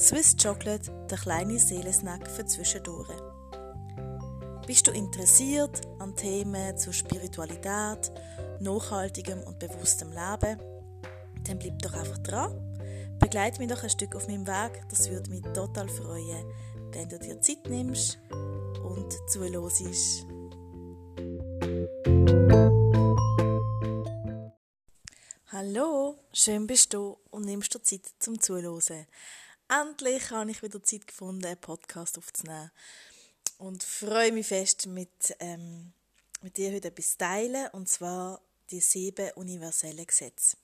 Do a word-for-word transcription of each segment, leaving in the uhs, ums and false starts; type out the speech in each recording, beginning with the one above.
Swiss Chocolate, der kleine Seelensnack für zwischendurch. Bist du interessiert an Themen zur Spiritualität, nachhaltigem und bewusstem Leben? Dann bleib doch einfach dran. Begleite mich doch ein Stück auf meinem Weg. Das würde mich total freuen, wenn du dir Zeit nimmst und zuhörst. Hallo, schön bist du und nimmst dir Zeit zum Zuhören. Endlich habe ich wieder Zeit gefunden, einen Podcast aufzunehmen. Und freue mich fest, mit, ähm, mit dir heute etwas zu teilen, und zwar die sieben universellen Gesetze.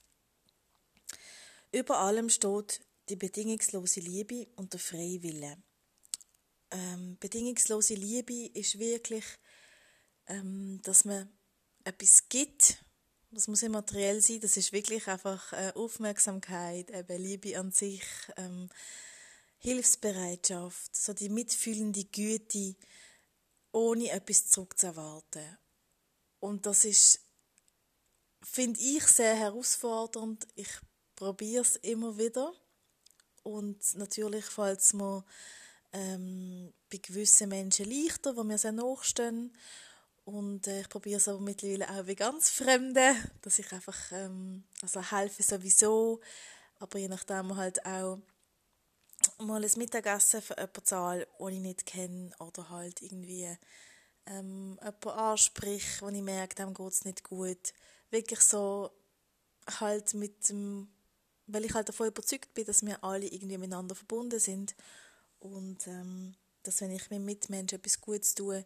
Über allem steht die bedingungslose Liebe und der freie Wille. Ähm, bedingungslose Liebe ist wirklich, ähm, dass man etwas gibt. Das muss nicht materiell sein, das ist wirklich einfach äh, Aufmerksamkeit, eben Liebe an sich, ähm, Hilfsbereitschaft, so die mitfühlende Güte, ohne etwas zurückzuerwarten. Und das ist, finde ich, sehr herausfordernd. Ich probiere es immer wieder. Und natürlich fällt es mir ähm, bei gewissen Menschen leichter, die mir sehr nachstehen. Und äh, ich probiere es aber mittlerweile auch bei ganz Fremden, dass ich einfach, ähm, also helfe sowieso, aber je nachdem halt auch mal ein Mittagessen für jemanden zahle, den ich nicht kenne, oder halt irgendwie ähm, jemanden anspricht, wo ich merke, dem geht es nicht gut. Wirklich so halt mit dem, weil ich halt davon überzeugt bin, dass wir alle irgendwie miteinander verbunden sind und ähm, dass, wenn ich mit Mitmenschen etwas Gutes tue,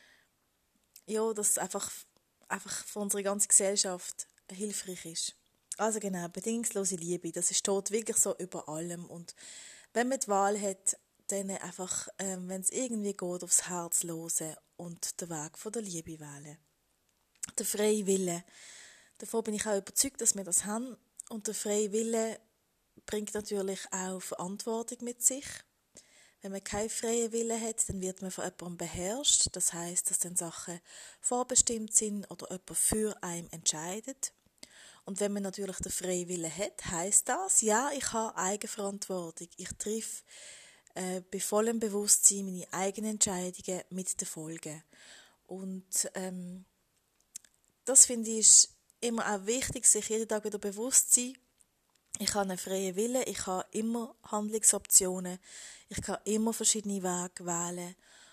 ja, dass es einfach, einfach für unsere ganze Gesellschaft hilfreich ist. Also genau, bedingungslose Liebe, das steht wirklich so über allem. Und wenn man die Wahl hat, dann einfach, ähm, wenn es irgendwie geht, aufs Herz hören und den Weg von der Liebe wählen. Der freie Wille. Davon bin ich auch überzeugt, dass wir das haben. Und der freie Wille bringt natürlich auch Verantwortung mit sich. Wenn man keinen freien Willen hat, dann wird man von jemandem beherrscht. Das heisst, dass dann Sachen vorbestimmt sind oder jemand für einen entscheidet. Und wenn man natürlich den freien Willen hat, heisst das, ja, ich habe Eigenverantwortung. Ich treffe äh, bei vollem Bewusstsein meine eigenen Entscheidungen mit den Folgen. Und ähm, das finde ich ist immer auch wichtig, sich jeden Tag wieder bewusst zu sein. Ich habe einen freien Willen, ich habe immer Handlungsoptionen, ich kann immer verschiedene Wege wählen.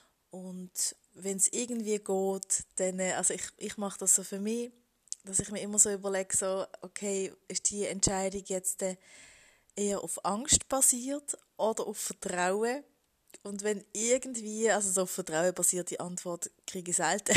Und wenn es irgendwie geht, dann, also ich, ich mache das so für mich, dass ich mir immer so überlege, so, okay, ist die Entscheidung jetzt eher auf Angst basiert oder auf Vertrauen? Und wenn irgendwie, also so auf Vertrauen basierte Antwort kriege ich selten.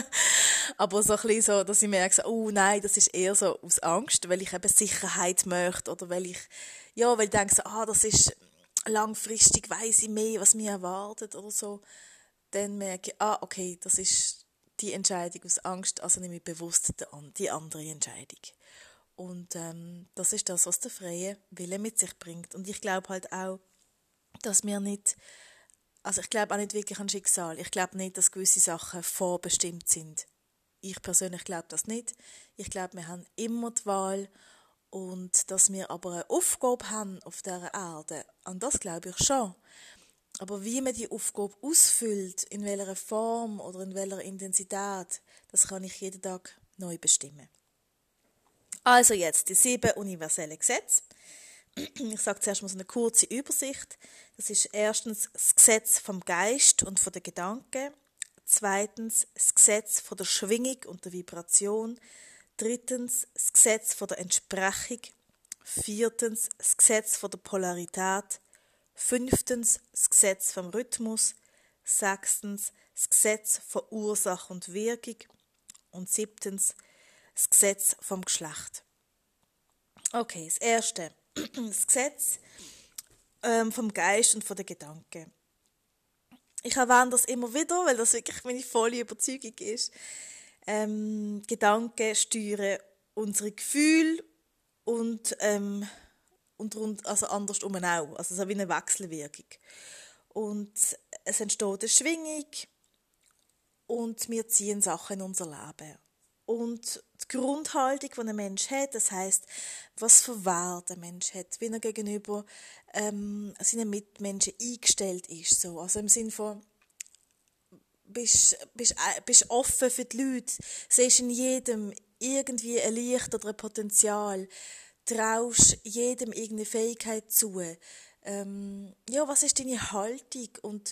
Aber so ein bisschen so, dass ich merke, so, oh nein, das ist eher so aus Angst, weil ich eben Sicherheit möchte oder weil ich, ja, weil ich denke so, ah, das ist langfristig, weiss ich mehr, was mich erwartet oder so. Dann merke ich, ah, okay, das ist die Entscheidung aus Angst, also nehme ich bewusst die andere Entscheidung. Und ähm, das ist das, was der freie Wille mit sich bringt. Und ich glaube halt auch, dass wir nicht, also ich glaube auch nicht wirklich an Schicksal. Ich glaube nicht, dass gewisse Sachen vorbestimmt sind. Ich persönlich glaube das nicht. Ich glaube, wir haben immer die Wahl und dass wir aber eine Aufgabe haben auf dieser Erde, an das glaube ich schon. Aber wie man die Aufgabe ausfüllt, in welcher Form oder in welcher Intensität, das kann ich jeden Tag neu bestimmen. Also jetzt die sieben universellen Gesetze. Ich sage zuerst mal so eine kurze Übersicht. Das ist erstens das Gesetz vom Geist und von den Gedanken. Zweitens das Gesetz von der Schwingung und der Vibration. Drittens das Gesetz von der Entsprechung. Viertens das Gesetz von der Polarität. Fünftens das Gesetz vom Rhythmus. Sechstens das Gesetz von Ursache und Wirkung. Und siebtens das Gesetz vom Geschlecht. Okay, das erste. Das Gesetz ähm, vom Geist und von den Gedanken. Ich erwähne das immer wieder, weil das wirklich meine volle Überzeugung ist. Ähm, Gedanken steuern unsere Gefühle und, ähm, und rund, also andersrum auch. Also es ist wie eine Wechselwirkung. Und es entsteht eine Schwingung und wir ziehen Sachen in unser Leben. und die Grundhaltung, die ein Mensch hat, das heisst, was für Werte ein Mensch hat, wie er gegenüber ähm, seinen Mitmenschen eingestellt ist. So. Also im Sinne von, bist, bist, bist offen für die Leute, siehst in jedem irgendwie ein Licht oder ein Potenzial, traust jedem irgendeine Fähigkeit zu. Ähm, ja, was ist deine Haltung? Und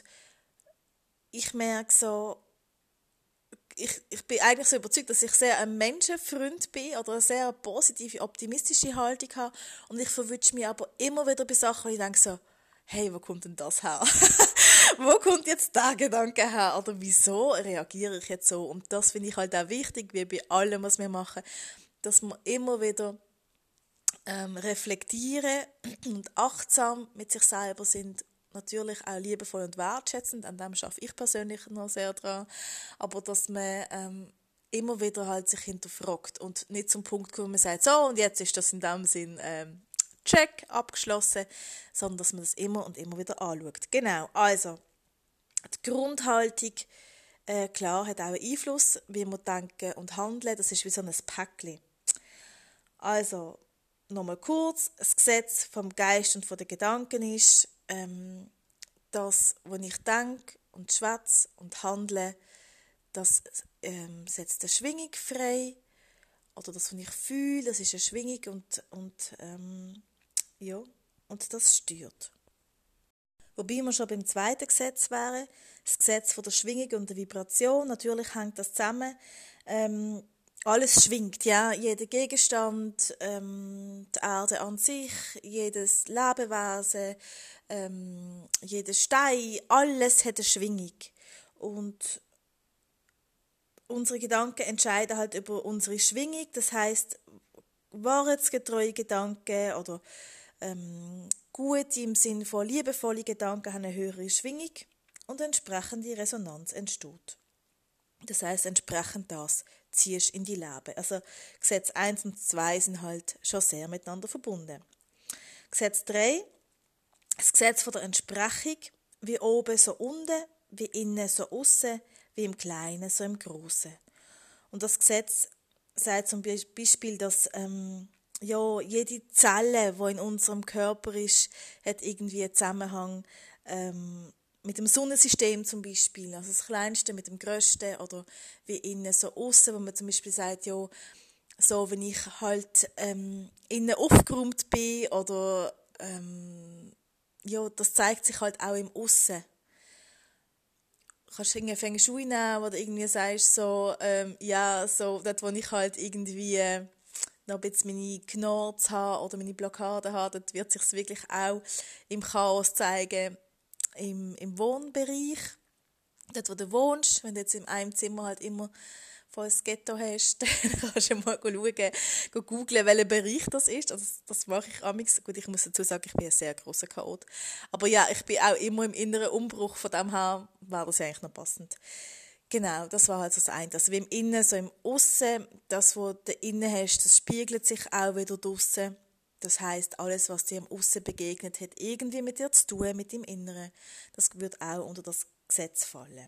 ich merke so, ich, ich bin eigentlich so überzeugt, dass ich sehr ein Menschenfreund bin oder eine sehr positive, optimistische Haltung habe. Und ich verwünsche mich aber immer wieder bei Sachen, wo ich denke so, hey, wo kommt denn das her? Wo kommt jetzt der Gedanke her? Oder wieso reagiere ich jetzt so? Und das finde ich halt auch wichtig, wie bei allem, was wir machen, dass wir immer wieder ähm, reflektieren und achtsam mit sich selber sind. Natürlich auch liebevoll und wertschätzend, an dem arbeite ich persönlich noch sehr dran, aber dass man ähm, immer wieder halt sich hinterfragt und nicht zum Punkt kommt, wo man sagt, so und jetzt ist das in dem Sinn ähm, check, abgeschlossen, sondern dass man das immer und immer wieder anschaut. Genau, also die Grundhaltung, äh, klar, hat auch einen Einfluss, wie wir denken und handeln, das ist wie so ein Päckchen. Also, nochmal kurz, das Gesetz vom Geist und von den Gedanken ist, ähm, das, was ich denke und schwätze und handle, das ähm, setzt eine Schwingung frei. Oder das, was ich fühle, das ist eine Schwingung und, und, ähm, ja, und das steuert. Wobei wir schon beim zweiten Gesetz wären, das Gesetz von der Schwingung und der Vibration. Natürlich hängt das zusammen. Ähm, alles schwingt, ja. Jeder Gegenstand, ähm, die Erde an sich, jedes Lebewesen, ähm, jeder Stein, alles hat eine Schwingung. Und unsere Gedanken entscheiden halt über unsere Schwingung. Das heisst, wahrheitsgetreue Gedanken oder ähm, gute im Sinne von liebevolle Gedanken haben eine höhere Schwingung und entsprechende Resonanz entsteht. Das heisst, entsprechend das ziehst in die Leben. Also Gesetz eins und zwei sind halt schon sehr miteinander verbunden. Gesetz drei, das Gesetz von der Entsprechung, wie oben so unten, wie innen so aussen, wie im Kleinen so im Grossen. Und das Gesetz sagt zum Beispiel, dass ähm, ja, jede Zelle, die in unserem Körper ist, hat irgendwie einen Zusammenhang ähm, mit dem Sonnensystem zum Beispiel, also das Kleinste mit dem Grössten oder wie innen so aussen, wo man zum Beispiel sagt, ja, so wenn ich halt ähm, innen aufgeräumt bin oder ähm, ja, das zeigt sich halt auch im Aussen. Kannst du irgendwie Feng Shui nehmen, wo du irgendwie sagst, so, ähm, ja, so, dort, wo ich halt irgendwie äh, noch ein bisschen meine Knorz habe oder meine Blockaden habe, dort wird es sich wirklich auch im Chaos zeigen, im, im Wohnbereich, dort, wo du wohnst. Wenn du jetzt in einem Zimmer halt immer voll das Ghetto hast, dann kannst du mal schauen, googeln, welcher Bereich das ist. Also das, das mache ich amigs. Gut, ich muss dazu sagen, ich bin ein sehr grosser Chaot. Aber ja, ich bin auch immer im inneren Umbruch, von dem her wäre das eigentlich noch passend. Genau, das war halt so das eine. Also wie im Innen, so im Aussen, das, was du innen hast, das spiegelt sich auch wieder draussen. Das heisst, alles, was dir im Aussen begegnet, hat irgendwie mit dir zu tun, mit dem Inneren. Das wird auch unter das Gesetz fallen.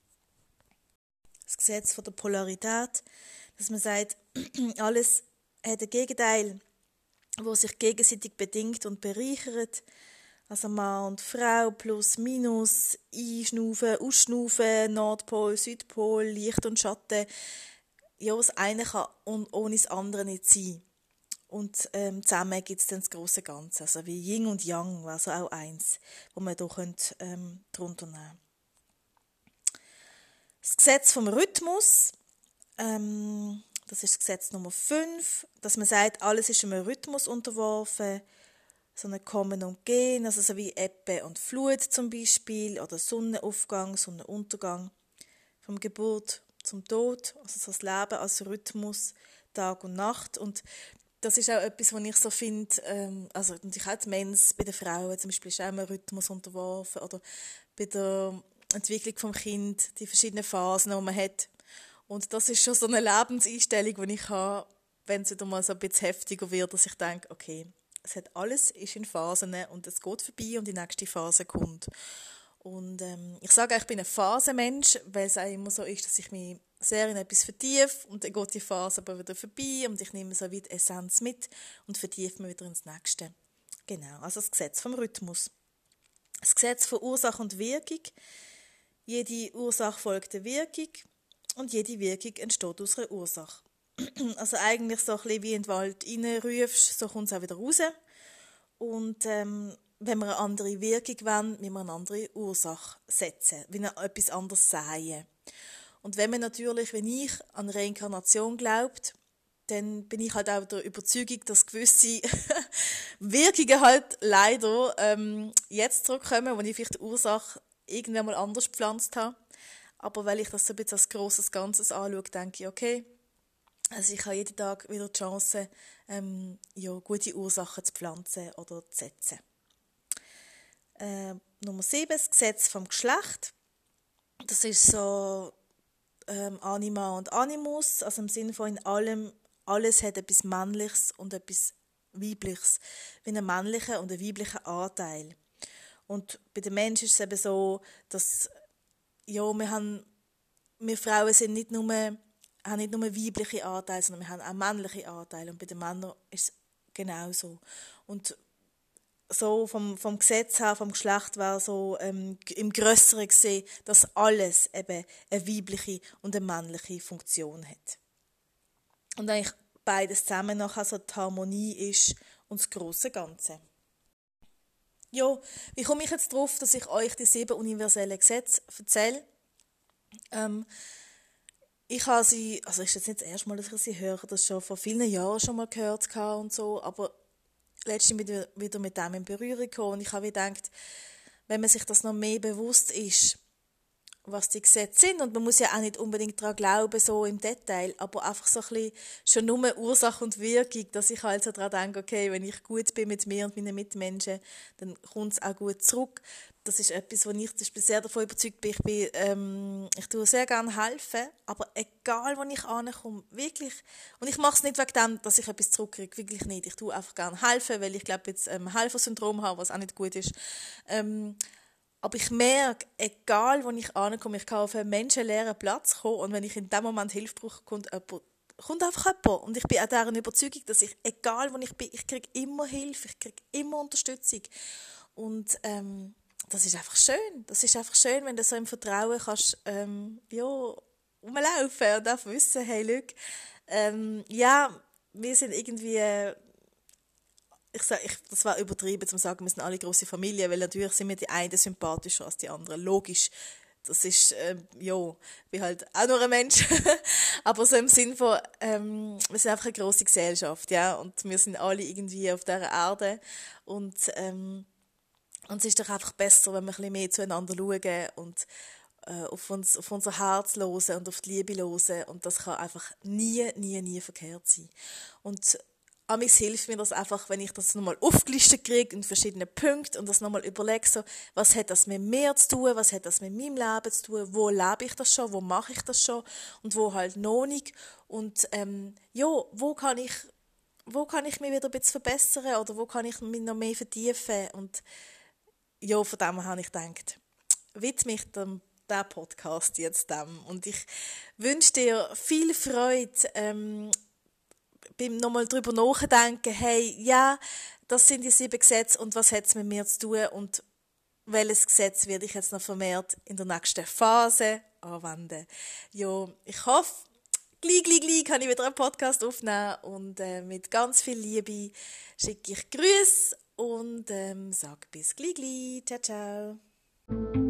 Das Gesetz von der Polarität, dass man sagt, alles hat ein Gegenteil, wo sich gegenseitig bedingt und bereichert. Also Mann und Frau, plus, minus, einschnaufen, ausschnaufen, Nordpol, Südpol, Licht und Schatten. Ja, das eine kann ohne das andere nicht sein. Und ähm, zusammen gibt es dann das grosse Ganze, also wie Yin und Yang, also auch eins, wo man hier könnt, ähm, drunter nehmen. Das Gesetz vom Rhythmus, ähm, das ist das Gesetz Nummer fünf, dass man sagt, alles ist einem Rhythmus unterworfen, so ein Kommen und Gehen, also so wie Ebbe und Flut zum Beispiel, oder Sonnenaufgang, Sonnenuntergang, vom Geburt zum Tod, also so das Leben als Rhythmus, Tag und Nacht. Und das ist auch etwas, was ich so finde, ähm, also natürlich auch die Mens bei den Frauen zum Beispiel ist auch ein Rhythmus unterworfen, oder bei der Entwicklung vom Kind, die verschiedenen Phasen, die man hat. Und das ist schon so eine Lebenseinstellung, die ich habe, wenn es wieder mal so ein bisschen heftiger wird, dass ich denke, okay, es hat alles ist in Phasen und es geht vorbei und die nächste Phase kommt. Und ähm, ich sage, ich bin ein Phasenmensch, weil es auch immer so ist, dass ich mich sehr in etwas vertiefe und dann geht die Phase aber wieder vorbei und ich nehme so wie die Essenz mit und vertiefe mich wieder ins Nächste. Genau, also das Gesetz vom Rhythmus. Das Gesetz von Ursache und Wirkung. Jede Ursache folgt der Wirkung und jede Wirkung entsteht aus einer Ursache. Also eigentlich so ein bisschen wie in den Wald reinrufst, so kommt es auch wieder raus. Und ähm, wenn wir eine andere Wirkung wollen, müssen wir eine andere Ursache setzen, wie etwas anderes sehen. Und wenn man natürlich, wenn ich an Reinkarnation glaubt, dann bin ich halt auch der Überzeugung, dass gewisse Wirkungen halt leider ähm, jetzt zurückkommen, wo ich vielleicht die Ursache irgendwann mal anders gepflanzt habe. Aber weil ich das so ein bisschen als grosses Ganzes anschaue, denke ich, okay, also ich habe jeden Tag wieder die Chance, ähm, ja, gute Ursachen zu pflanzen oder zu setzen. Äh, Nummer sieben, das Gesetz vom Geschlecht. Das ist so ähm, Anima und Animus, also im Sinne von in allem, alles hat etwas Männliches und etwas Weibliches, wie einen männlichen und einen weiblichen Anteil. Und bei den Menschen ist es eben so, dass ja, wir, haben, wir Frauen sind nicht nur, haben nicht nur weibliche Anteile, sondern wir haben auch männliche Anteile. Und bei den Männern ist es genauso. Und so vom, vom Gesetz her, vom Geschlecht wäre so ähm, im Grösseren gesehen, dass alles eben eine weibliche und eine männliche Funktion hat. Und eigentlich beides zusammen nachher so die Harmonie ist und das grosse Ganze. Ja, wie komme ich jetzt darauf, dass ich euch die sieben universellen Gesetze erzähle? Ähm, ich habe sie, also ist jetzt nicht das erste Mal, dass ich sie höre, das schon vor vielen Jahren schon mal gehört habe und so, aber letztens bin ich wieder mit dem in Berührung gekommen und ich habe gedacht, wenn man sich das noch mehr bewusst ist, was die Gesetze sind, und man muss ja auch nicht unbedingt daran glauben, so im Detail, aber einfach so ein bisschen schon nur Ursache und Wirkung, dass ich halt so daran denke, okay, wenn ich gut bin mit mir und meinen Mitmenschen, dann kommt es auch gut zurück. Das ist etwas, wo ich, ich bin sehr davon überzeugt bin, ich, bin, ähm, ich tue sehr gerne helfen, aber egal, wo ich ankomme, wirklich, und ich mache es nicht wegen dem, dass ich etwas zurückkriege, wirklich nicht, ich tue einfach gerne helfen, weil ich glaube, jetzt ähm, Helfersyndrom habe, was auch nicht gut ist, ähm, aber ich merke, egal wo ich ankomme, ich kann auf einen menschenleeren Platz kommen und wenn ich in dem Moment Hilfe brauche, kommt jemand, kommt einfach jemand. Und ich bin auch deren Überzeugung, dass ich, egal wo ich bin, ich kriege immer Hilfe, ich kriege immer Unterstützung. Und ähm, das ist einfach schön. Das ist einfach schön, wenn du so im Vertrauen kannst, ähm, ja, rumlaufen und einfach wissen, hey, schau, ähm, ja, wir sind irgendwie... Äh, Ich sage, ich, das war übertrieben, zu sagen, wir sind alle grosse Familien, weil natürlich sind mir die einen sympathischer als die anderen. Logisch. Das ist, äh, ja, ich bin halt auch nur ein Mensch. Aber so im Sinn von, ähm, wir sind einfach eine grosse Gesellschaft, ja. Und wir sind alle irgendwie auf dieser Erde. Und, ähm, und es ist doch einfach besser, wenn wir ein bisschen mehr zueinander schauen und äh, auf, uns, auf unser Herz hören und auf die Liebe hören. Und das kann einfach nie, nie, nie verkehrt sein. Und Amis hilft mir das einfach, wenn ich das nochmal aufgelistet kriege in verschiedenen Punkten und das nochmal überlege, so, was hat das mit mir zu tun, was hat das mit meinem Leben zu tun, wo lebe ich das schon, wo mache ich das schon und wo halt noch nicht. Und ähm, ja, wo kann ich, wo kann ich mich wieder ein bisschen verbessern oder wo kann ich mich noch mehr vertiefen. Und ja, von dem habe ich gedacht, widme mich dem der Podcast jetzt dem. Und ich wünsche dir viel Freude, ähm, beim nochmal drüber nachdenken, hey, ja, das sind die sieben Gesetze und was hat es mit mir zu tun und welches Gesetz werde ich jetzt noch vermehrt in der nächsten Phase anwenden. Ja, ich hoffe, gleich, gleich, gleich kann ich wieder einen Podcast aufnehmen und äh, mit ganz viel Liebe schicke ich Grüße und ähm, sage bis gleich, gleich. Ciao, ciao.